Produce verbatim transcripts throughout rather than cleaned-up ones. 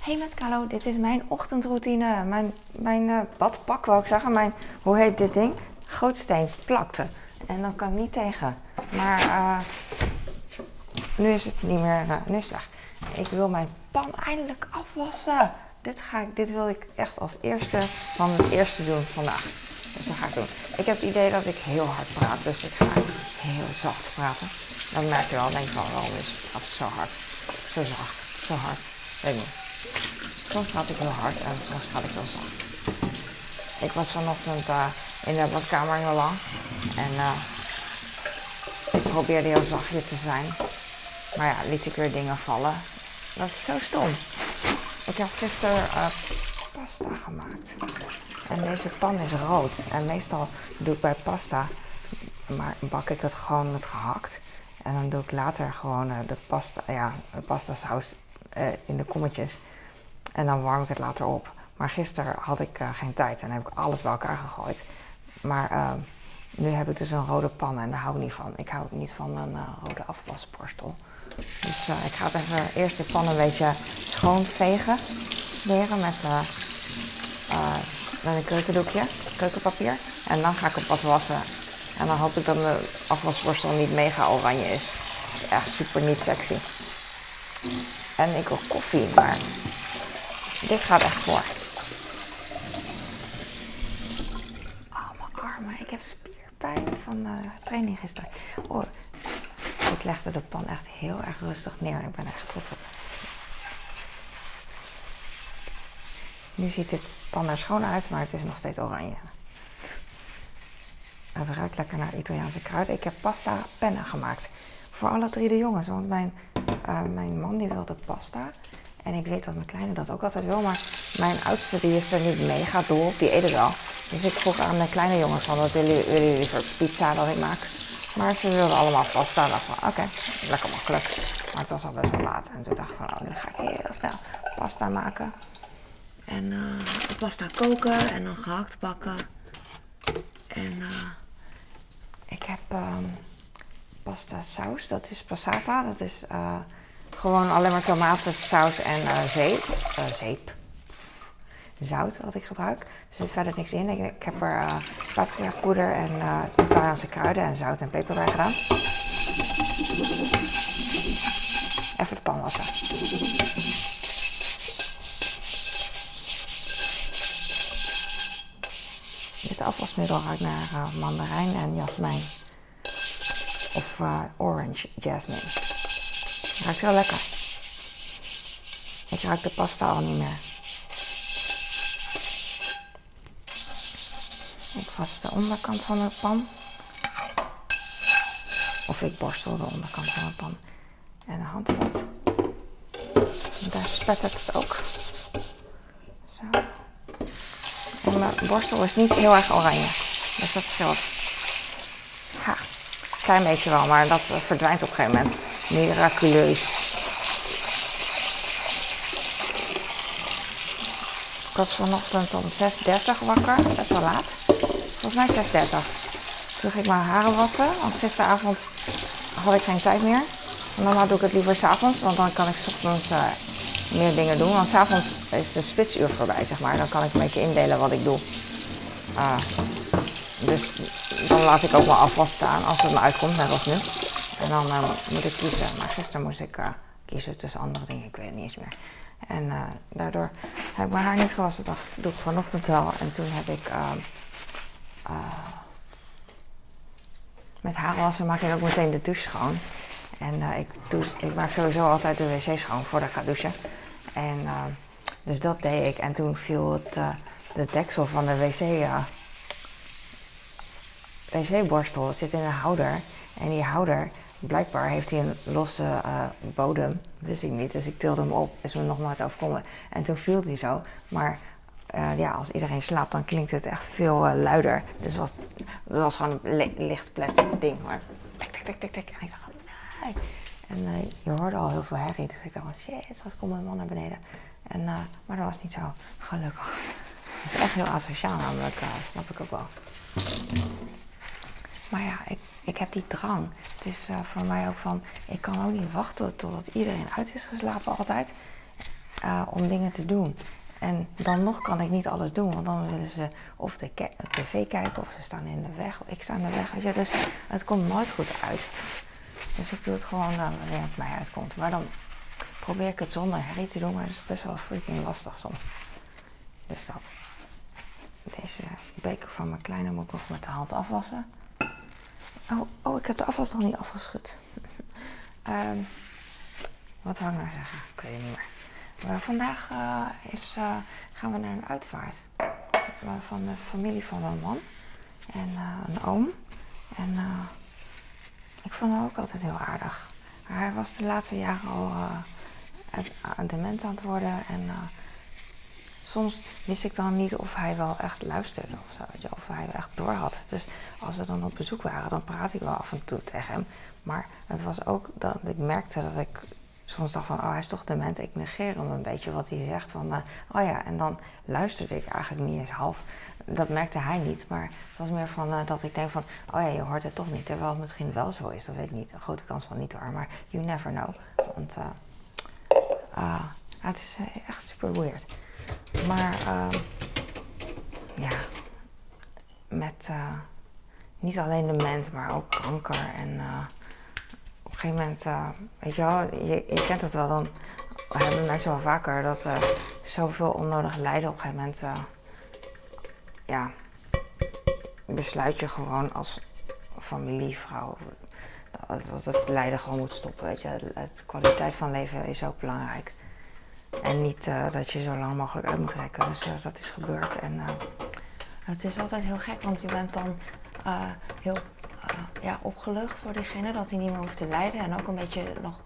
Hey met Carlo, dit is mijn ochtendroutine. Mijn, mijn uh, badpak, wou ik zeggen. Mijn, hoe heet dit ding? Gootsteen plakte. En dan kan ik niet tegen. Maar uh, nu is het niet meer, uh, nu is het weg. Ik wil mijn pan eindelijk afwassen. Dit, ga ik, dit wil ik echt als eerste van het eerste doen vandaag. Dus dat ga ik doen. Ik heb het idee dat ik heel hard praat. Dus ik ga heel zacht praten. Dan merk je wel, denk ik van, waarom is het praat zo hard? Zo zacht, zo hard. Weet ik niet. Soms praat ik heel hard en soms praat ik heel zacht. Ik was vanochtend uh, in de badkamer heel lang. En uh, ik probeerde heel zachtjes te zijn. Maar ja, liet ik weer dingen vallen. Dat is zo stom. Ik heb gisteren uh, pasta gemaakt. En deze pan is rood. En meestal doe ik bij pasta, maar bak ik het gewoon met gehakt. En dan doe ik later gewoon uh, de pasta, ja, de pasta saus uh, in de kommetjes. En dan warm ik het later op. Maar gisteren had ik uh, geen tijd en heb ik alles bij elkaar gegooid. Maar uh, nu heb ik dus een rode pan en daar hou ik niet van. Ik hou niet van een uh, rode afwasborstel. Dus uh, ik ga het even eerst de pan een beetje schoon vegen. Smeren met, uh, uh, met een keukendoekje, keukenpapier. En dan ga ik hem pas wassen. En dan hoop ik dat mijn afwasborstel niet mega oranje is. Dat is echt super niet sexy. En ik wil koffie, maar dit gaat echt voor. Oh, mijn armen. Ik heb spierpijn van de training gisteren. Oh, ik legde de pan echt heel erg rustig neer. Ik ben er echt trots op. Nu ziet de pan er schoon uit, maar het is nog steeds oranje. Het ruikt lekker naar Italiaanse kruiden. Ik heb pasta penna gemaakt. Voor alle drie de jongens. Want mijn, uh, mijn man die wilde pasta. En ik weet dat mijn kleine dat ook altijd wil. Maar mijn oudste die is er niet mega dol op. Die eet het wel. Dus ik vroeg aan de kleine jongens van, wat willen jullie liever pizza dat ik maak? Maar ze wilden allemaal pasta. En dacht van, oké, okay, lekker makkelijk. Maar het was al best wel laat. En toen dacht ik van, oh, nu ga ik heel snel pasta maken. En uh, pasta koken en dan gehakt bakken. En uh, ik heb um, pasta saus. Dat is passata. Dat is uh, gewoon alleen maar tomatensaus en uh, zeep. Uh, zeep. Zout wat ik gebruik. Er zit verder niks in. Ik, ik heb er uh, paprika poeder en uh, Italiaanse kruiden en zout en peper bij gedaan. Even de pan wassen. Dit afwasmiddel ruikt naar uh, mandarijn en jasmijn. Of uh, orange jasmine. Het ruikt heel lekker. Ik ruik de pasta al niet meer. Ik was de onderkant van de pan. Of ik borstel de onderkant van de pan. En een handvat. Daar spettert het ook. Zo. En mijn borstel is niet heel erg oranje. Dus dat scheelt. Ha. Klein beetje wel, maar dat verdwijnt op een gegeven moment. Miraculeus. Ik was vanochtend om zes uur dertig wakker. Dat is wel laat. Volgens mij zes uur dertig. Toen ging ik mijn haren wassen. Want gisteravond had ik geen tijd meer. Normaal doe ik het liever 's avonds. Want dan kan ik 's ochtends uh, meer dingen doen. Want 's avonds is de spitsuur voorbij, zeg maar. Dan kan ik een beetje indelen wat ik doe. Uh, dus dan laat ik ook mijn afwas staan als het me uitkomt, net als nu. En dan uh, moet ik kiezen. Maar gisteren moest ik uh, kiezen tussen andere dingen. Ik weet het niet eens meer. En uh, daardoor heb ik mijn haar niet gewassen. Dat doe ik vanochtend wel. En toen heb ik... Uh, uh, met haar wassen maak ik ook meteen de douche schoon. En uh, ik, doe, ik maak sowieso altijd de wc schoon voordat ik ga douchen. En uh, dus dat deed ik. En toen viel het, uh, de deksel van de wc... Uh, wc-borstel zit in een houder. En die houder, blijkbaar heeft hij een losse uh, bodem. Wist ik niet, dus ik tilde hem op. Is me nog nooit overkomen. En toen viel die zo. Maar uh, ja, als iedereen slaapt, dan klinkt het echt veel uh, luider. Dus het was, het was gewoon een li- licht plastic ding. Maar tik, tik, tik, tik, tik. En ik dacht, nee. En uh, je hoorde al heel veel herrie. Dus ik dacht, shit, straks komt mijn man naar beneden. En, uh, maar dat was niet zo, gelukkig. Dat is echt heel asociaal namelijk, uh, snap ik ook wel. Maar ja, ik, ik heb die drang. Het is uh, voor mij ook van, ik kan ook niet wachten totdat iedereen uit is geslapen altijd. uh, om dingen te doen. En dan nog kan ik niet alles doen, want dan willen ze of de ke- tv kijken of ze staan in de weg. Of ik sta in de weg, weet je. Dus het komt nooit goed uit. Dus ik doe het gewoon uh, wanneer het mij uitkomt. Maar dan probeer ik het zonder herrie te doen, maar het is best wel freaking lastig soms. Dus dat. Deze beker van mijn kleine moet ik nog met de hand afwassen. Oh, oh ik heb de afwas nog niet afgeschud. um, wat wou ik nou zeggen? Ik weet het niet meer. Maar vandaag uh, is, uh, gaan we naar een uitvaart. Uh, van de familie van mijn man. En uh, een oom. En uh, ik vond hem ook altijd heel aardig. Maar hij was de laatste jaren al uh, dement aan het worden. En uh, soms wist ik dan niet of hij wel echt luisterde of zo. Weet je, of hij echt door had. Dus als we dan op bezoek waren, dan praatte ik wel af en toe tegen hem. Maar het was ook dat ik merkte dat ik soms dacht van, oh hij is toch dement. Ik negeer hem een beetje wat hij zegt. Van, uh, oh ja, en dan luisterde ik eigenlijk niet eens half. Dat merkte hij niet, maar het was meer van uh, dat ik denk van, oh ja, je hoort het toch niet. Terwijl het misschien wel zo is, dat weet ik niet. Een grote kans van niet hoor, maar you never know. Want uh, uh, het is uh, echt super weird. Maar uh, ja, met uh, niet alleen dement, maar ook kanker. En uh, op een gegeven moment, uh, weet je wel, je, je kent het wel, dan hebben mensen wel vaker dat uh, zoveel onnodig lijden op een gegeven moment... Uh, ja, besluit je gewoon als familievrouw dat het lijden gewoon moet stoppen, weet je. De kwaliteit van leven is ook belangrijk. En niet uh, dat je zo lang mogelijk uit moet rekken. Dus uh, dat is gebeurd. En uh, het is altijd heel gek, want je bent dan uh, heel uh, ja, opgelucht voor diegene dat hij niet meer hoeft te lijden. En ook een beetje nog...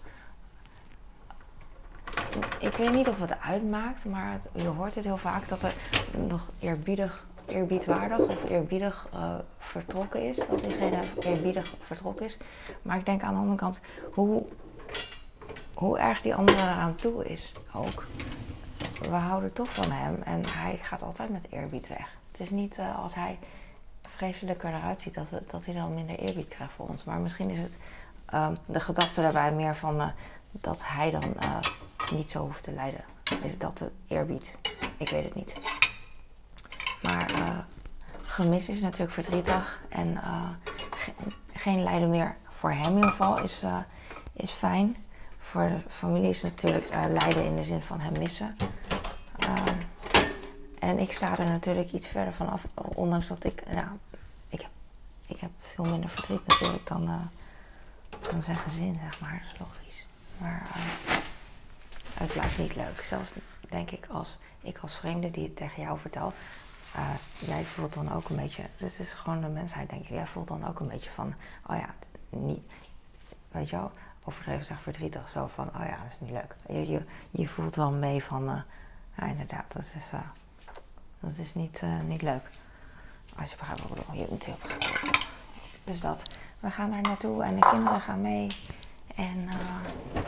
Ik weet niet of het uitmaakt, maar het, je hoort het heel vaak dat er nog eerbiedig... eerbiedwaardig of eerbiedig uh, vertrokken is. Dat diegene eerbiedig vertrokken is. Maar ik denk aan de andere kant hoe, hoe erg die andere eraan toe is ook. We houden toch van hem en hij gaat altijd met eerbied weg. Het is niet uh, als hij vreselijker eruit ziet dat, we, dat hij dan minder eerbied krijgt voor ons. Maar misschien is het uh, de gedachte daarbij meer van uh, dat hij dan uh, niet zo hoeft te lijden. Is dat de eerbied? Ik weet het niet. Maar uh, gemis is natuurlijk verdrietig en uh, ge- geen lijden meer voor hem in ieder geval is, uh, is fijn. Voor de familie is natuurlijk uh, lijden in de zin van hem missen. Uh, en ik sta er natuurlijk iets verder vanaf, ondanks dat ik, nou, ik heb, ik heb veel minder verdriet natuurlijk dan, uh, dan zijn gezin, zeg maar, dat is logisch. Maar uh, het blijft niet leuk, zelfs denk ik als ik als vreemde die het tegen jou vertel. Uh, jij voelt dan ook een beetje, dit is gewoon de mensheid denk ik, jij voelt dan ook een beetje van, oh ja, niet, weet je wel, overdreven zeg verdrietig, zo van, oh ja, dat is niet leuk. Je, je, je voelt wel mee van, uh, ja inderdaad, dat is, uh, dat is niet, uh, niet leuk. Als je begrijpt wat ik bedoel, je moet heel begrijpen. Dus dat, we gaan daar naartoe en de kinderen gaan mee en uh,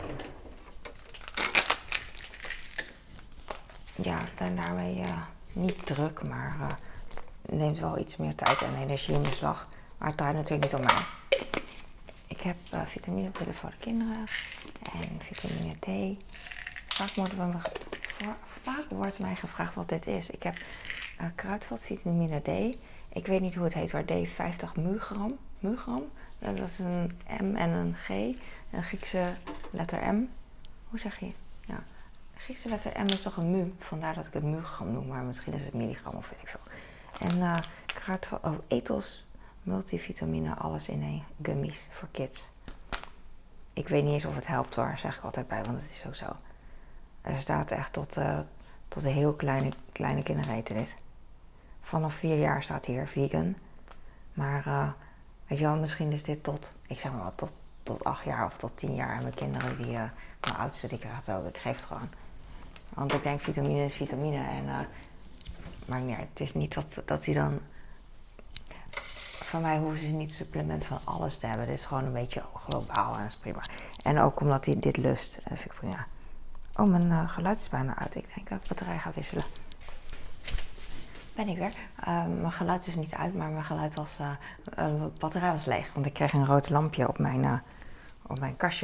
ja, en daarmee... Uh, niet druk, maar uh, neemt wel iets meer tijd en energie in beslag. Maar het draait natuurlijk niet om mij. Ik heb uh, vitaminepillen voor de kinderen en vitamine D. Vaak wordt, me, voor, vaak wordt mij gevraagd wat dit is. Ik heb uh, kruidvat vitamine D. Ik weet niet hoe het heet, maar D vijftig milligram. milligram. Dat is een M en een G. Een Griekse letter M. Hoe zeg je? Ja. Griekse letter M is toch een mu, vandaar dat ik het milligram noem, maar misschien is het milligram of weet ik veel. En uh, kruidvat, oh, ethos, multivitamine, alles in één, gummies voor kids. Ik weet niet eens of het helpt hoor, zeg ik altijd bij, want het is ook zo. Er staat echt tot, uh, tot de heel kleine, kleine kinderen eten dit. Vanaf vier jaar staat hier vegan. Maar uh, weet je wel, misschien is dit tot, ik zeg maar wat, tot, tot acht jaar of tot tien jaar. En mijn kinderen, die, uh, mijn oudste, die krijgt het ook, ik geef het gewoon. Want ik denk vitamine is vitamine en uh, maar nee, het is niet dat, dat die dan... Van mij hoeven ze niet supplement van alles te hebben. Dit is gewoon een beetje globaal en dat is prima. En ook omdat hij dit lust, dat vind ik prima. Oh, mijn uh, geluid is bijna uit. Ik denk dat ik de batterij ga wisselen. Ben ik weer. Uh, mijn geluid is niet uit, maar mijn geluid was... Uh, uh, mijn batterij was leeg. Want ik kreeg een rood lampje op mijn, uh, op mijn kastje.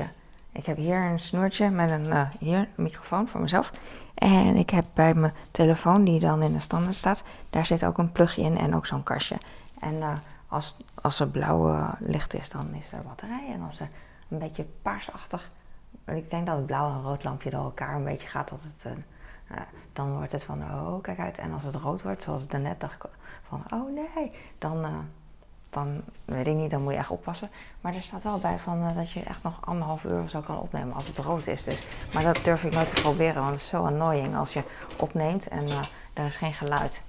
ik heb hier een snoertje met een, uh, hier, een microfoon voor mezelf. En ik heb bij mijn telefoon, die dan in de standaard staat, daar zit ook een plugje in en ook zo'n kastje. En uh, als, als er blauw uh, licht is, dan is er batterij. En als er een beetje paarsachtig, ik denk dat het blauw en rood lampje door elkaar een beetje gaat, dat het, uh, uh, dan wordt het van, oh, kijk uit. En als het rood wordt, zoals het daarnet dacht ik van, oh nee, dan... Uh, dan weet ik niet, dan moet je echt oppassen. Maar er staat wel bij van, uh, dat je echt nog anderhalf uur of zo kan opnemen als het rood is. Dus. Maar dat durf ik nooit te proberen, want het is zo annoying als je opneemt en uh, er is geen geluid.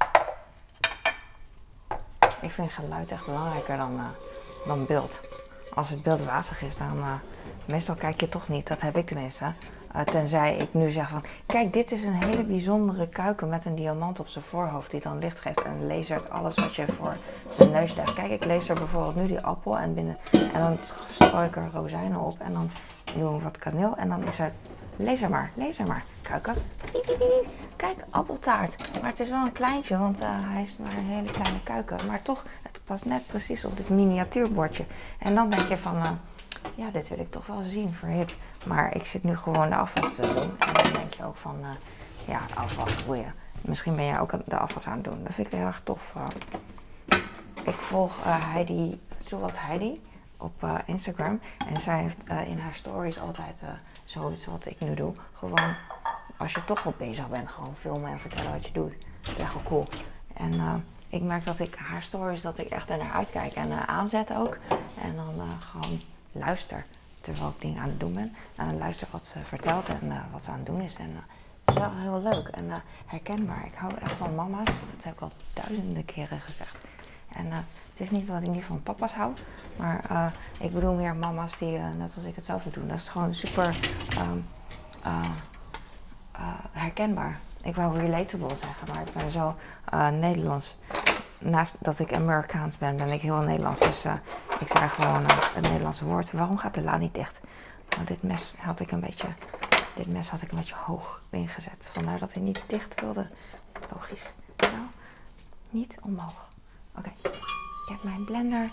Ik vind geluid echt belangrijker dan, uh, dan beeld. Als het beeld wazig is, dan uh, meestal kijk je toch niet. Dat heb ik tenminste. Uh, tenzij ik nu zeg van, kijk, dit is een hele bijzondere kuiken met een diamant op zijn voorhoofd die dan licht geeft en lasert alles wat je voor zijn neus legt. Kijk, ik laser bijvoorbeeld nu die appel en binnen en dan strooi ik er rozijnen op en dan doen we wat kaneel en dan is er, laser maar, laser maar, kuiken. Kijk, appeltaart. Maar het is wel een kleintje, want uh, hij is maar een hele kleine kuiken. Maar toch, het past net precies op dit miniatuurbordje. En dan denk je van, uh, ja, dit wil ik toch wel zien voor hip. Maar ik zit nu gewoon de afwas te doen. En dan denk je ook van, uh, ja, de afwas, boeien. Misschien ben jij ook de afwas aan het doen. Dat vind ik heel erg tof. Uh, ik volg uh, Heidi, zowat Heidi, op uh, Instagram. En zij heeft uh, in haar stories altijd uh, zoiets wat ik nu doe. Gewoon, als je toch al bezig bent, gewoon filmen en vertellen wat je doet. Dat is echt wel cool. En uh, ik merk dat ik haar stories, dat ik echt er naar uitkijk en uh, aanzet ook. En dan uh, gewoon luister. Terwijl ik dingen aan het doen ben. En dan luister wat ze vertelt en uh, wat ze aan het doen is. En uh, het is wel heel leuk en uh, herkenbaar. Ik hou echt van mama's. Dat heb ik al duizenden keren gezegd. En uh, het is niet dat ik niet van papa's hou. Maar uh, ik bedoel meer mama's die uh, net als ik hetzelfde doen. Dat is gewoon super um, uh, uh, herkenbaar. Ik wou relatable zeggen, maar ik ben zo uh, Nederlands. Naast dat ik Amerikaans ben, ben ik heel Nederlands. Dus uh, ik zei gewoon uh, het Nederlandse woord. Waarom gaat de la niet dicht? Nou, dit mes had ik een beetje, dit mes had ik een beetje hoog ingezet. Vandaar dat hij niet dicht wilde. Logisch. Nou, niet omhoog. Oké, okay. Ik heb mijn blender.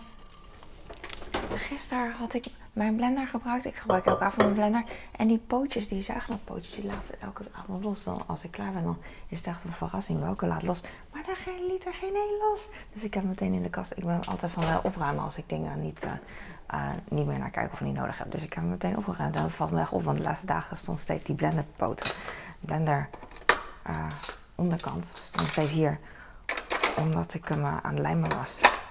Gisteren had ik mijn blender gebruikt. Ik gebruik elke avond mijn blender. En die pootjes, die zuignappootjes, die laat ze elke avond los. Dan, als ik klaar ben, dan is het echt een verrassing welke laat los. Maar daar liet er geen één los. Dus ik heb hem meteen in de kast. Ik ben altijd van uh, opruimen als ik dingen niet, uh, uh, niet meer naar kijk of niet nodig heb. Dus ik heb hem meteen opgeruimd. En dat valt me echt op, want de laatste dagen stond steeds die blenderpoten. Blender uh, onderkant stond steeds hier. Omdat ik hem uh, aan het lijmen was.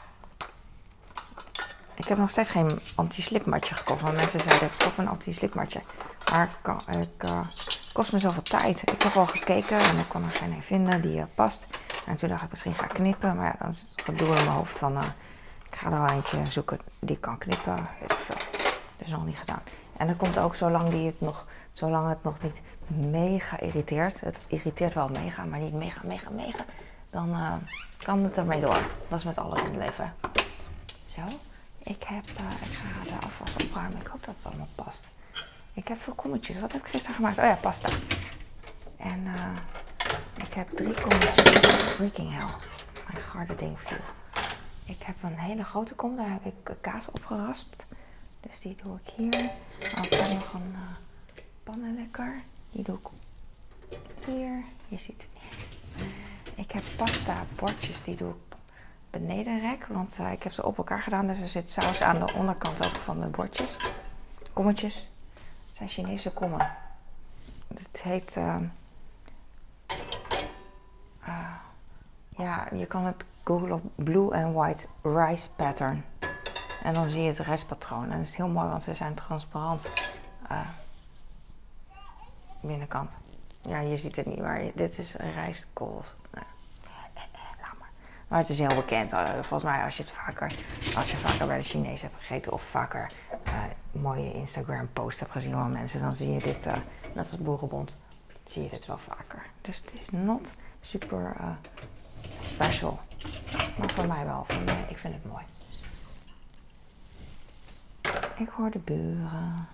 Ik heb nog steeds geen anti-slipmatje gekocht. Want mensen zeiden, koop een anti-slipmatje. Maar ik, ik uh, kost me zoveel tijd. Ik heb al gekeken en ik kon er geen een vinden die uh, past. En toen dacht ik, misschien ga ik knippen. Maar ja, dan is het gedoe in mijn hoofd van, uh, ik ga er wel eentje zoeken die kan knippen. Weet ik veel. Dat is nog niet gedaan. En dat komt ook zolang, die het, nog, zolang het nog niet mega irriteert. Het irriteert wel mega, maar niet mega, mega, mega. Dan uh, kan het ermee door. Dat is met alles in het leven. Zo. Ik, heb, uh, ik ga de afwas opruimen. Ik hoop dat het allemaal past. Ik heb veel kommetjes. Wat heb ik gisteren gemaakt? Oh ja, pasta. En uh, ik heb drie kommetjes. Freaking hell. Mijn garde ding viel. Ik heb een hele grote kom. Daar heb ik kaas op geraspt. Dus die doe ik hier. Oh, ik heb nog een uh, pannenlekker. Die doe ik hier. Je ziet het niet. Ik heb pasta bordjes. Die doe ik beneden rek, want uh, ik heb ze op elkaar gedaan, dus er zit saus aan de onderkant ook van de bordjes. Kommetjes. Het zijn Chinese kommen. Het heet, uh, uh, ja, je kan het googlen op blue and white rice pattern. En dan zie je het rijstpatroon. En dat is heel mooi, want ze zijn transparant. Uh, binnenkant. Ja, je ziet het niet, maar dit is rijstkorrels. Nou. Maar het is heel bekend. Volgens mij als je het vaker, als je vaker bij de Chinees hebt gegeten of vaker uh, mooie Instagram posts hebt gezien van mensen, dan zie je dit, uh, net als Boerenbond, zie je dit wel vaker. Dus het is not super uh, special. Maar voor mij wel. Voor mij, ik vind het mooi. Ik hoor de buren.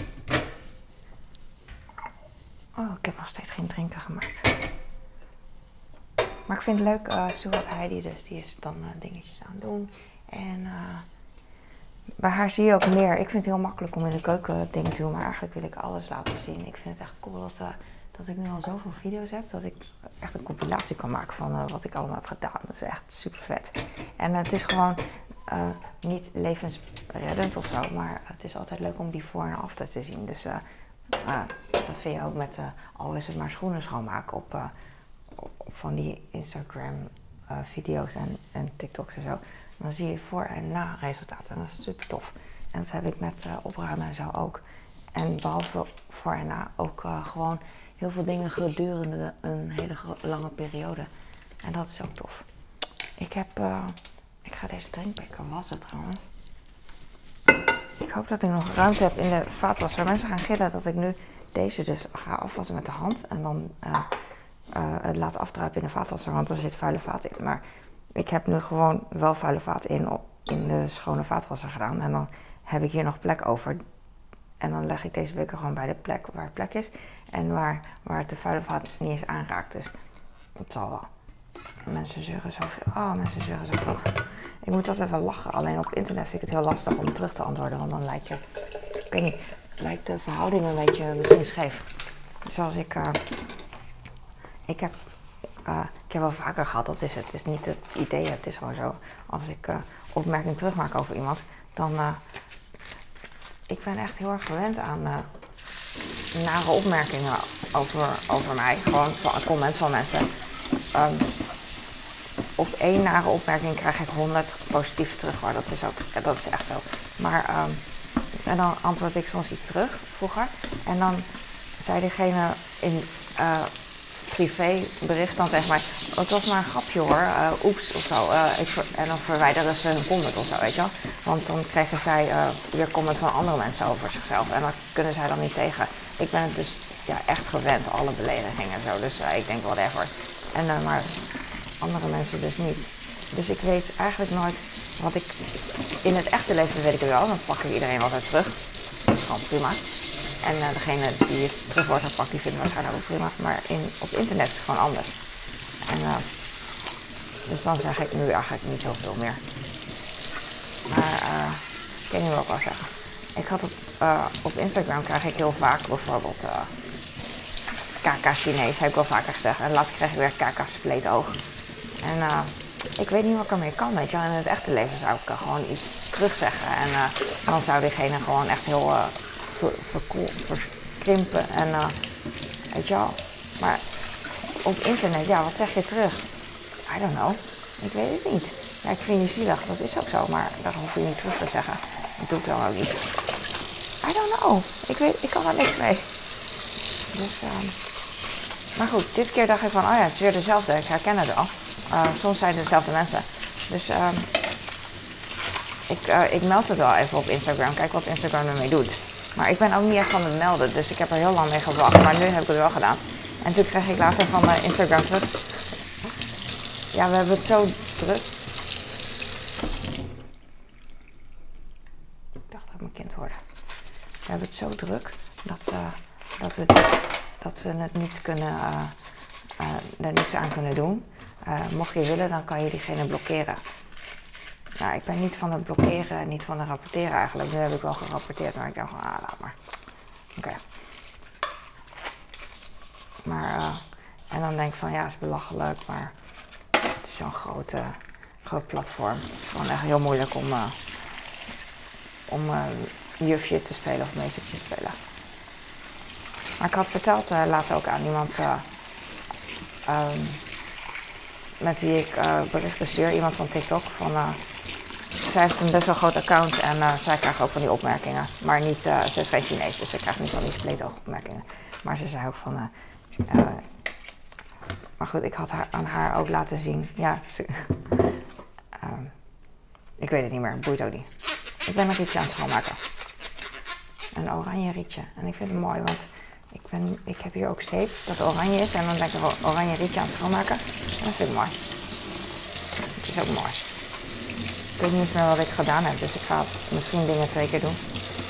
Oh, ik heb nog steeds geen drinken gemaakt. Maar ik vind het leuk, uh, zowat Heidi dus, die is dan uh, dingetjes aan het doen. En uh, bij haar zie je ook meer. Ik vind het heel makkelijk om in de keuken dingen te doen, maar eigenlijk wil ik alles laten zien. Ik vind het echt cool dat, uh, dat ik nu al zoveel video's heb, dat ik echt een compilatie kan maken van uh, wat ik allemaal heb gedaan. Dat is echt super vet. En uh, het is gewoon uh, niet levensreddend of zo, maar het is altijd leuk om before en after te zien. Dus uh, uh, dat vind je ook met, uh, al is het maar schoenen schoonmaken op, uh, op van die Instagram uh, video's en, en TikToks en zo. Dan zie je voor- en na-resultaten en dat is super tof. En dat heb ik met uh, opruimen en zo ook. En behalve voor en na ook uh, gewoon heel veel dingen gedurende een hele lange periode. En dat is ook tof. Ik heb, uh, ik ga deze drinkbeker wassen trouwens. Ik hoop dat ik nog ruimte heb in de vaatwasser. Mensen gaan gillen dat ik nu deze dus ga afwassen met de hand. En dan uh, uh, het laat afdruipen in de vaatwasser, want er zit vuile vaat in. Maar ik heb nu gewoon wel vuile vaat in, op, in de schone vaatwasser gedaan. En dan heb ik hier nog plek over. En dan leg ik deze beker gewoon bij de plek waar het plek is. En waar, waar het de vuile vaat niet eens aanraakt. Dus het zal wel. Mensen zeuren zoveel. Oh, mensen zeuren zoveel. Ik moet altijd wel lachen. Alleen op internet vind ik het heel lastig om terug te antwoorden. Want dan lijkt je, ik weet niet, lijkt de verhouding een beetje misschien scheef. Zoals ik, uh, ik heb... Uh, ik heb wel vaker gehad, dat is het. Het is niet het idee, het is gewoon zo. Als ik uh, opmerking terugmaak over iemand, dan... Uh, ik ben echt heel erg gewend aan uh, nare opmerkingen over, over mij. Gewoon van comments van mensen. Um, op één nare opmerking krijg ik honderd positieve terug. Maar dat is ook, ja, dat is echt zo. Maar, um, en dan antwoord ik soms iets terug, vroeger. En dan zei diegene in... Uh, privébericht dan tegen mij, oh, het was maar een grapje hoor, uh, oeps of zo. Uh, ik ver- en dan verwijderen ze hun comment of zo, weet je wel. Want dan kregen zij uh, weer comment van andere mensen over zichzelf en dat kunnen zij dan niet tegen. Ik ben het dus ja, echt gewend, alle beledigingen en zo, dus uh, ik denk whatever. En, uh, maar andere mensen dus niet. Dus ik weet eigenlijk nooit wat ik... In het echte leven weet ik het wel, dan pak ik iedereen altijd terug. Dat is gewoon prima. En uh, degene die het terug wordt gepakt, die vindt het waarschijnlijk ook prima. Maar in, op internet is het gewoon anders. En, uh, dus dan zeg ik nu eigenlijk niet zoveel meer. Maar uh, ik weet niet wat ik wil zeggen. Ik had op, uh, op Instagram krijg ik heel vaak bijvoorbeeld uh, K K Chinees, heb ik wel vaker gezegd. En laatst kreeg ik weer K K spleetoog. En uh, ik weet niet wat ik ermee kan, weet je wel. In het echte leven zou ik uh, gewoon iets terugzeggen. En uh, dan zou diegene gewoon echt heel... Uh, verkrimpen en uh, weet je wel. Maar op internet, ja, wat zeg je terug? I don't know. Ik weet het niet. Ja, ik vind je zielig, dat is ook zo, maar daar hoef je niet terug te zeggen. Dat doe ik dan ook niet. I don't know. Ik weet, ik kan er niks mee. Dus, uh, maar goed, dit keer dacht ik van, oh ja, het is weer dezelfde. Ik herken het wel. Uh, soms zijn het dezelfde mensen. Dus, uh, ik, uh, ik meld het wel even op Instagram. Kijk wat Instagram ermee doet. Maar ik ben ook niet echt van het melden, dus ik heb er heel lang mee gewacht. Maar nu heb ik het wel gedaan. En toen kreeg ik later van uh, Instagram terug. Ja, we hebben het zo druk. Ik dacht dat ik mijn kind hoorde. We hebben het zo druk dat, uh, dat, we, dat we het niet kunnen, uh, uh, er niks aan kunnen doen. Uh, mocht je willen, dan kan je diegene blokkeren. Nou, ik ben niet van het blokkeren en niet van het rapporteren eigenlijk. Nu heb ik wel gerapporteerd, maar ik dacht van, ah, laat maar. Oké. Okay. Maar, uh, en dan denk ik van, ja, het is belachelijk, maar het is zo'n groot, uh, groot platform. Het is gewoon echt heel moeilijk om, uh, om uh, jufje te spelen of meestertje te spelen. Maar ik had verteld uh, laatst ook aan iemand uh, um, met wie ik uh, berichten stuur, iemand van TikTok, van... Uh, zij heeft een best wel groot account en uh, zij krijgt ook van die opmerkingen. Maar niet, uh, ze is geen Chinees, dus ze krijgt niet van die spleetoog opmerkingen. Maar ze zei ook van... Uh, uh, maar goed, ik had haar, aan haar ook laten zien. Ja, ze, uh, ik weet het niet meer, boeit ook niet. Ik ben een rietje aan het schoonmaken. Een oranje rietje. En ik vind het mooi, want ik, ben, ik heb hier ook zeep dat oranje is. En dan ben ik een oranje rietje aan het schoonmaken. En dat vind ik mooi. Het is ook mooi. Ik weet niet eens meer wat ik gedaan heb, dus ik ga misschien dingen twee keer doen.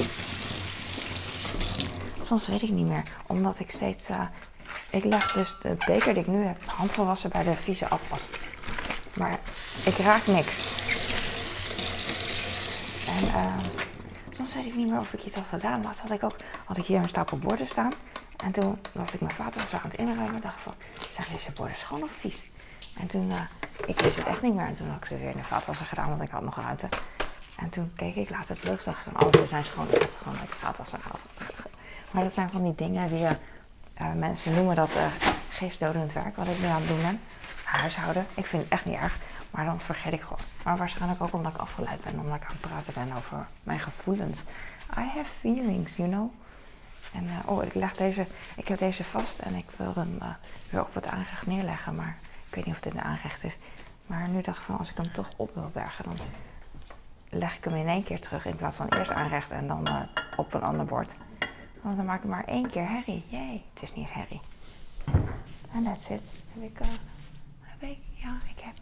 Soms weet ik niet meer, omdat ik steeds... Uh, ik leg dus de beker die ik nu heb handgewassen bij de vieze afwas. Maar ik raak niks. En uh, soms weet ik niet meer of ik iets had gedaan. Laatst had ik ook had ik hier een stapel borden staan. En toen was ik mijn vaatwasser aan het inruimen en dacht van, zijn deze borden schoon of vies? En toen, uh, ik wist het echt niet meer. En toen had ik ze weer in de vaatwasser gedaan, want ik had nog ruimte. En toen keek ik later terug, zag ik, oh, ze zijn schoon. Ik had ze gewoon uit de vaatwasser gehaald. Maar dat zijn van die dingen die, uh, uh, mensen noemen dat uh, geestdodend werk, wat ik nu aan het doen ben. Huishouden. Ik vind het echt niet erg, maar dan vergeet ik gewoon. Maar waarschijnlijk ook omdat ik afgeleid ben, omdat ik aan het praten ben over mijn gevoelens. I have feelings, you know. En uh, oh, ik leg deze, ik heb deze vast en ik wil hem uh, weer op het aanrecht neerleggen, maar ik weet niet of dit een aanrecht is. Maar nu dacht ik van, als ik hem toch op wil bergen, dan leg ik hem in één keer terug in plaats van eerst aanrecht en dan uh, op een ander bord. Want dan maak ik maar één keer herrie. Jee, het is niet eens herrie. En that's it. Heb ik, uh, heb ik, ja, ik heb.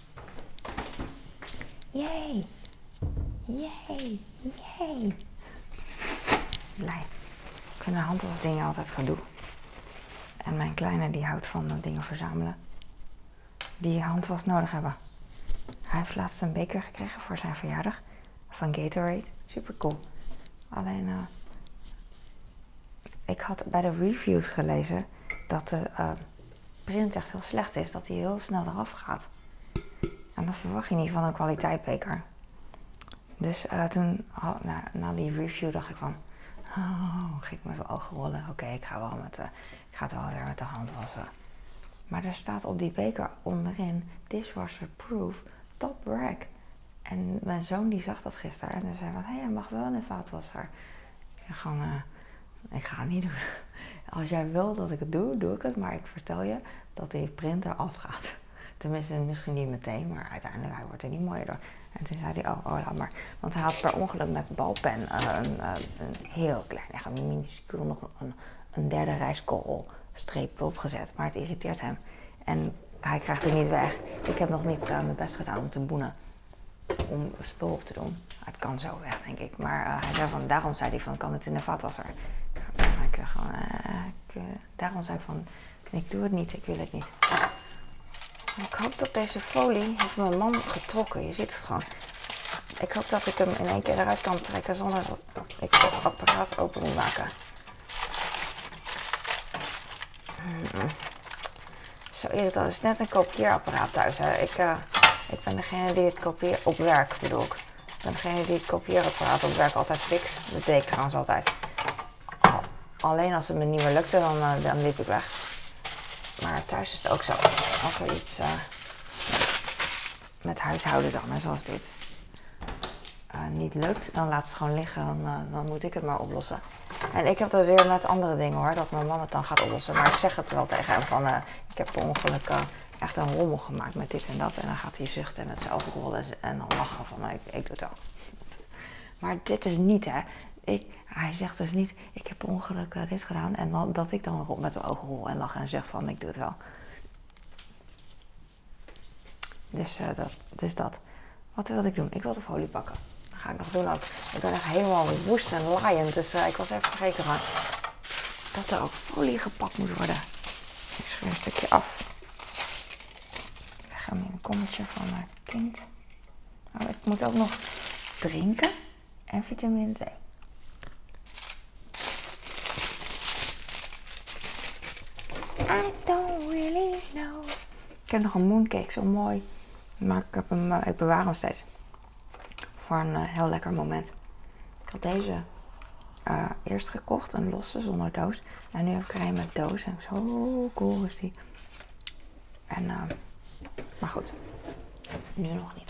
Jee. Jee. Jee. Blij. Ik vind de handwasdingen altijd gedoe. En mijn kleine die houdt van de dingen verzamelen. Die handwas nodig hebben. Hij heeft laatst een beker gekregen voor zijn verjaardag. Van Gatorade. Super cool. Alleen, uh, ik had bij de reviews gelezen dat de uh, print echt heel slecht is. Dat hij heel snel eraf gaat. En dat verwacht je niet van een kwaliteitbeker. Dus uh, toen, oh, na, na die review dacht ik van... Oh, ging ik met mijn ogen rollen. Oké, okay, ik ga wel met de, ik ga het wel weer met de hand wassen. Maar er staat op die beker onderin dishwasher proof top rack. En mijn zoon die zag dat gisteren en die zei van, hé, hey, hij mag wel in de vaatwasser. Ik zeg gewoon, uh, ik ga het niet doen. Als jij wil dat ik het doe, doe ik het. Maar ik vertel je dat die printer afgaat. Tenminste, misschien niet meteen, maar uiteindelijk hij wordt er niet mooier door. En toen zei hij, oh, oh laat maar. Want hij had per ongeluk met de balpen uh, een, uh, een heel klein, echt een minuscuul, nog een, een derde rijstkorrel streep opgezet. Maar het irriteert hem. En hij krijgt het niet weg. Ik heb nog niet uh, mijn best gedaan om te boenen. Om spul op te doen. Het kan zo weg, denk ik. Maar uh, hij zei van, daarom zei hij van, kan het in de vaatwasser? Ik zeg gewoon, uh, ik, uh, daarom zei ik van, ik doe het niet, ik wil het niet. Ik hoop dat deze folie heeft mijn man getrokken. Je ziet het gewoon. Ik hoop dat ik hem in één keer eruit kan trekken zonder dat ik het apparaat open moet maken. Hmm. Zo irritant. Het is net een kopieerapparaat thuis. Hè. Ik, uh, ik ben degene die het kopieert op werk, bedoel ik. Ik ben degene die het kopieerapparaat op werk altijd fixt. Dat deed ik trouwens altijd. Alleen als het me niet meer lukte, dan, uh, dan liep ik weg. Maar thuis is het ook zo. Als er iets uh, met huishouden dan, hè, zoals dit, uh, niet lukt, dan laat het gewoon liggen. Dan, uh, dan moet ik het maar oplossen. En ik heb dat weer met andere dingen hoor, dat mijn man het dan gaat oplossen. Maar ik zeg het wel tegen hem van, uh, ik heb per ongeluk uh, echt een rommel gemaakt met dit en dat. En dan gaat hij zuchten en het zelf rollen en dan lachen van, uh, ik, ik doe het wel. Maar dit is niet hè. Ik, hij zegt dus niet, ik heb per ongeluk uh, dit gedaan. En dan, dat ik dan met de ogen rol en lach en zeg van, ik doe het wel. Dus, uh, dat, dus dat. Wat wilde ik doen? Ik wilde folie pakken. Dat ga ik nog doen ook. Ik ben echt helemaal woest en laaiend. Dus uh, ik was even vergeten van, dat er ook folie gepakt moet worden. Ik scheur een stukje af. Ik leg hem in een kommetje van mijn kind. Oh, ik moet ook nog drinken en vitamine D. I don't really know. Ik heb nog een mooncake, zo mooi. Maar ik, heb hem, uh, ik bewaar hem steeds. Voor een uh, heel lekker moment. Ik had deze uh, eerst gekocht, een losse zonder doos. En nu heb ik er een met doos. En zo cool is die. En, uh, maar goed. Nu nog niet.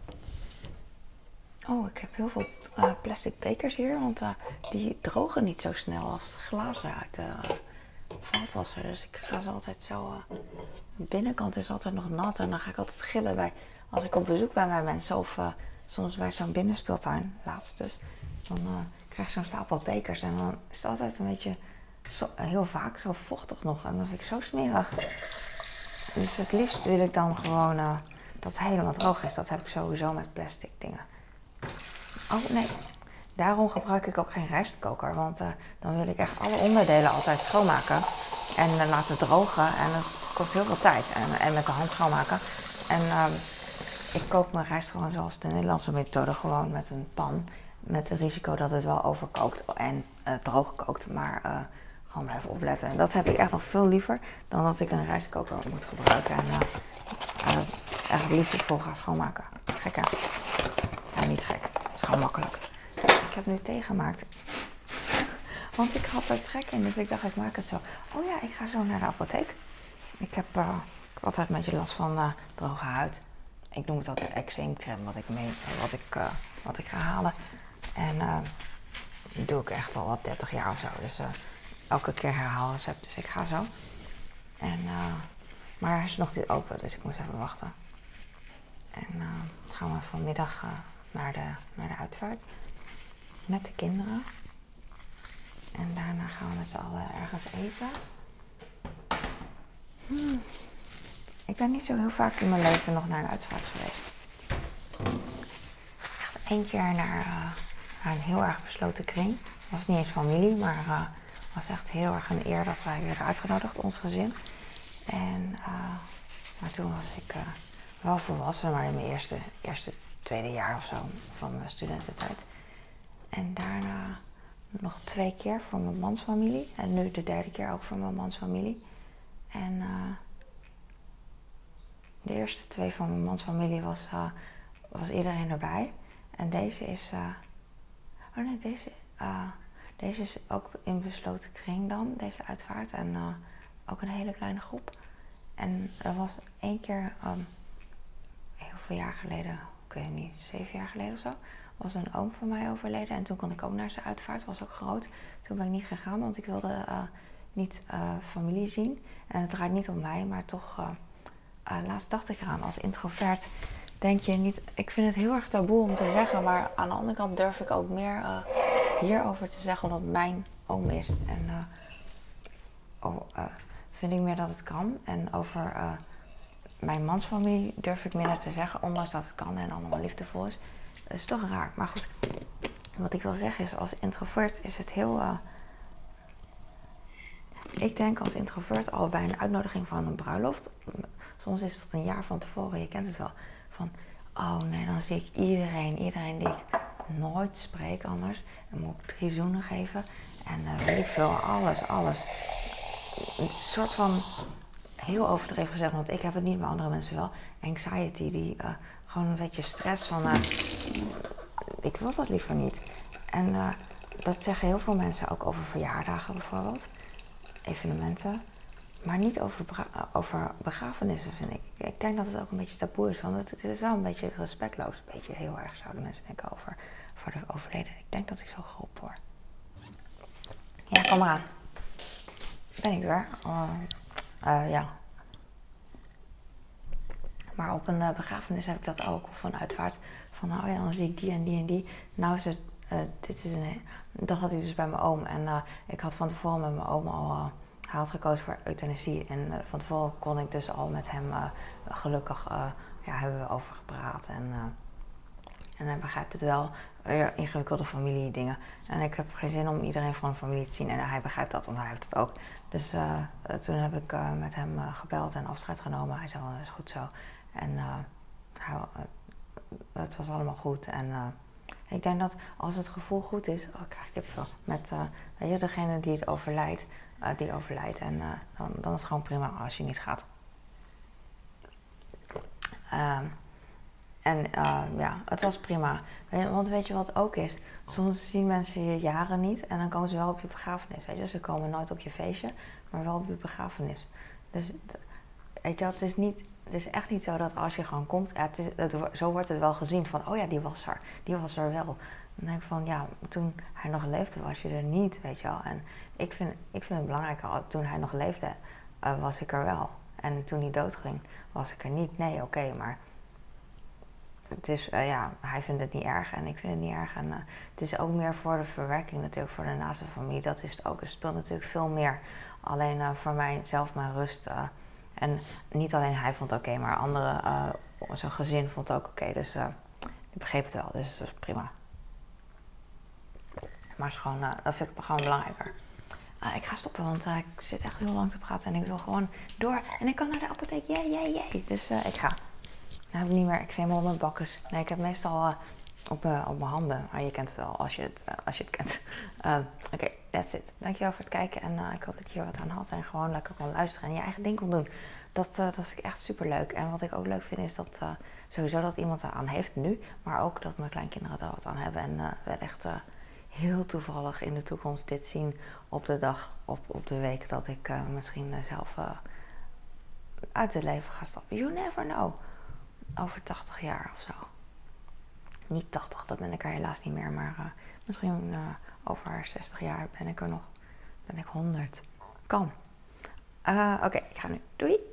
Oh, ik heb heel veel uh, plastic bekers hier. Want uh, die drogen niet zo snel als glazen uit de uh, vaatwasser. Dus ik ga ze altijd zo... Uh, de binnenkant is altijd nog nat. En dan ga ik altijd gillen bij... Als ik op bezoek bij mijn mensen of uh, soms bij zo'n binnenspeeltuin. Laatst dus. Dan uh, krijg ik zo'n stapel bekers. En dan is het altijd een beetje... Zo, uh, heel vaak zo vochtig nog. En dan vind ik zo smerig. Dus het liefst wil ik dan gewoon... Uh, dat het helemaal droog is. Dat heb ik sowieso met plastic dingen. Oh nee, daarom gebruik ik ook geen rijstkoker. Want uh, dan wil ik echt alle onderdelen altijd schoonmaken. En uh, laten drogen. En dat kost heel veel tijd. En, en met de hand schoonmaken. En uh, ik kook mijn rijst gewoon zoals de Nederlandse methode, gewoon met een pan. Met het risico dat het wel overkookt en uh, droog kookt, maar uh, gewoon blijven opletten. En dat heb ik echt nog veel liever dan dat ik een rijstkoker moet gebruiken en uh, uh, echt liefdevol ga schoonmaken. Gek hè? Ja, niet gek. Het is gewoon makkelijk. Ik heb nu thee gemaakt. Want ik had er trek in, dus ik dacht ik maak het zo. Oh ja, ik ga zo naar de apotheek. Ik heb, uh, ik heb altijd een beetje last van uh, droge huid. Ik noem het altijd eczeemcrème wat ik mee, wat ik, uh, wat ik ga halen. En uh, dat doe ik echt al wat dertig jaar of zo. Dus uh, elke keer herhaalrecept. Dus ik ga zo. En, uh, maar hij is nog niet open, dus ik moet even wachten. En uh, dan gaan we vanmiddag uh, naar, de, naar de uitvaart. Met de kinderen. En daarna gaan we met z'n allen ergens eten. Hmm. Ik ben niet zo heel vaak in mijn leven nog naar een uitvaart geweest. Echt één keer naar, uh, naar een heel erg besloten kring. Het was niet eens familie, maar het uh, was echt heel erg een eer dat wij werden uitgenodigd, ons gezin. En uh, maar toen was ik uh, wel volwassen, maar in mijn eerste, eerste, tweede jaar of zo van mijn studententijd. En daarna nog twee keer voor mijn mansfamilie. En nu de derde keer ook voor mijn mansfamilie. En uh, de eerste twee van mijn mansfamilie was, uh, was iedereen erbij. En deze is... Uh, oh nee, deze, uh, deze is ook in besloten kring dan, deze uitvaart. En uh, ook een hele kleine groep. En er was één keer, um, heel veel jaar geleden, ik weet niet, zeven jaar geleden of zo, was een oom van mij overleden. En toen kon ik ook naar zijn uitvaart, was ook groot. Toen ben ik niet gegaan, want ik wilde uh, niet uh, familie zien. En het draait niet om mij, maar toch, uh, uh, laatst dacht ik eraan, als introvert denk je niet... Ik vind het heel erg taboe om te zeggen, maar aan de andere kant durf ik ook meer uh, hierover te zeggen, omdat het mijn oom is. En uh, oh, uh, vind ik meer dat het kan. En over uh, mijn mansfamilie durf ik minder te zeggen, ondanks dat het kan en allemaal liefdevol is. Dat is toch raar. Maar goed, wat ik wil zeggen is, als introvert is het heel... Uh, ik denk als introvert al bij een uitnodiging van een bruiloft. Soms is het een jaar van tevoren, je kent het wel. Van, oh nee, dan zie ik iedereen, iedereen die ik nooit spreek anders. En moet ik drie zoenen geven. En uh, weet ik veel, alles, alles. Een soort van, heel overdreven gezegd, want ik heb het niet, maar andere mensen wel. Anxiety, die uh, gewoon een beetje stress van, uh, ik wil dat liever niet. En uh, dat zeggen heel veel mensen ook over verjaardagen bijvoorbeeld. Evenementen. Maar niet over, bega- over begrafenissen, vind ik. Ik denk dat het ook een beetje taboe is, want het, het is wel een beetje respectloos. Een beetje heel erg zouden mensen denken over voor de overleden. Ik denk dat ik zo geroepen word. Ja, kom maar aan. Ben ik weer. Uh, uh, ja. Maar op een uh, begrafenis heb ik dat ook. Of een uitvaart. Van nou ja, dan zie ik die en die en die. Nou is het, uh, dit is een... Dat had ik dus bij mijn oom. En uh, ik had van tevoren met mijn oom al... Uh, hij had gekozen voor euthanasie. En uh, van tevoren kon ik dus al met hem uh, gelukkig... Uh, ja, hebben we over gepraat. En, uh, en hij begrijpt het wel. Uh, ingewikkelde familiedingen. En ik heb geen zin om iedereen van de familie te zien. En hij begrijpt dat, want hij heeft het ook. Dus uh, toen heb ik uh, met hem uh, gebeld en afscheid genomen. Hij zei, dat is goed zo. En uh, hij, uh, het was allemaal goed. En uh, ik denk dat als het gevoel goed is... Oh, ik krijg kippenvel. Met uh, weet je, degene die het overlijdt. Uh, die overlijdt. En uh, dan, dan is het gewoon prima als je niet gaat. Uh, en uh, ja, het was prima. Want weet je wat het ook is? Soms zien mensen je jaren niet en dan komen ze wel op je begrafenis. Weet je? Ze komen nooit op je feestje, maar wel op je begrafenis. Dus weet je, het is, niet, het is echt niet zo dat als je gewoon komt, ja, het is, het, zo wordt het wel gezien van, oh ja, die was er, die was er wel. Dan denk ik van, ja, toen hij nog leefde was je er niet, weet je wel. En ik vind, ik vind het belangrijker, toen hij nog leefde, uh, was ik er wel. En toen hij doodging, was ik er niet. Nee, oké, okay, maar... Het is, uh, ja, hij vindt het niet erg en ik vind het niet erg. En uh, het is ook meer voor de verwerking natuurlijk, voor de naaste familie. Dat is het ook. Het speelt natuurlijk veel meer. Alleen uh, voor mij zelf mijn rust. Uh, en niet alleen hij vond het oké, okay, maar andere, uh, zijn gezin vond het ook oké. Okay. Dus uh, ik begreep het wel. Dus dat is prima. Maar is gewoon, uh, dat vind ik gewoon belangrijker. Uh, ik ga stoppen, want uh, ik zit echt heel lang te praten en ik wil gewoon door. En ik kan naar de apotheek. Jee, jee, jee. Dus uh, ik ga. Dan heb ik niet meer eczeem op mijn bakkes. Nee, ik heb meestal uh, op, uh, op mijn handen. Maar je kent het wel als je het, uh, als je het kent. Uh, Oké, okay, that's it. Dankjewel voor het kijken. En uh, ik hoop dat je hier wat aan had. En gewoon lekker kon luisteren en je eigen ding kon doen. Dat, uh, dat vind ik echt super leuk. En wat ik ook leuk vind is dat uh, sowieso dat iemand eraan heeft nu. Maar ook dat mijn kleinkinderen er wat aan hebben. En uh, wellicht uh, heel toevallig in de toekomst dit zien op de dag, op, op de week. Dat ik uh, misschien uh, zelf uh, uit het leven ga stappen. You never know. Over tachtig jaar of zo. Niet tachtig, dat ben ik er helaas niet meer. Maar uh, misschien uh, over zestig jaar ben ik er nog. Ben ik honderd. Kan. Uh, Oké, okay, ik ga nu. Doei!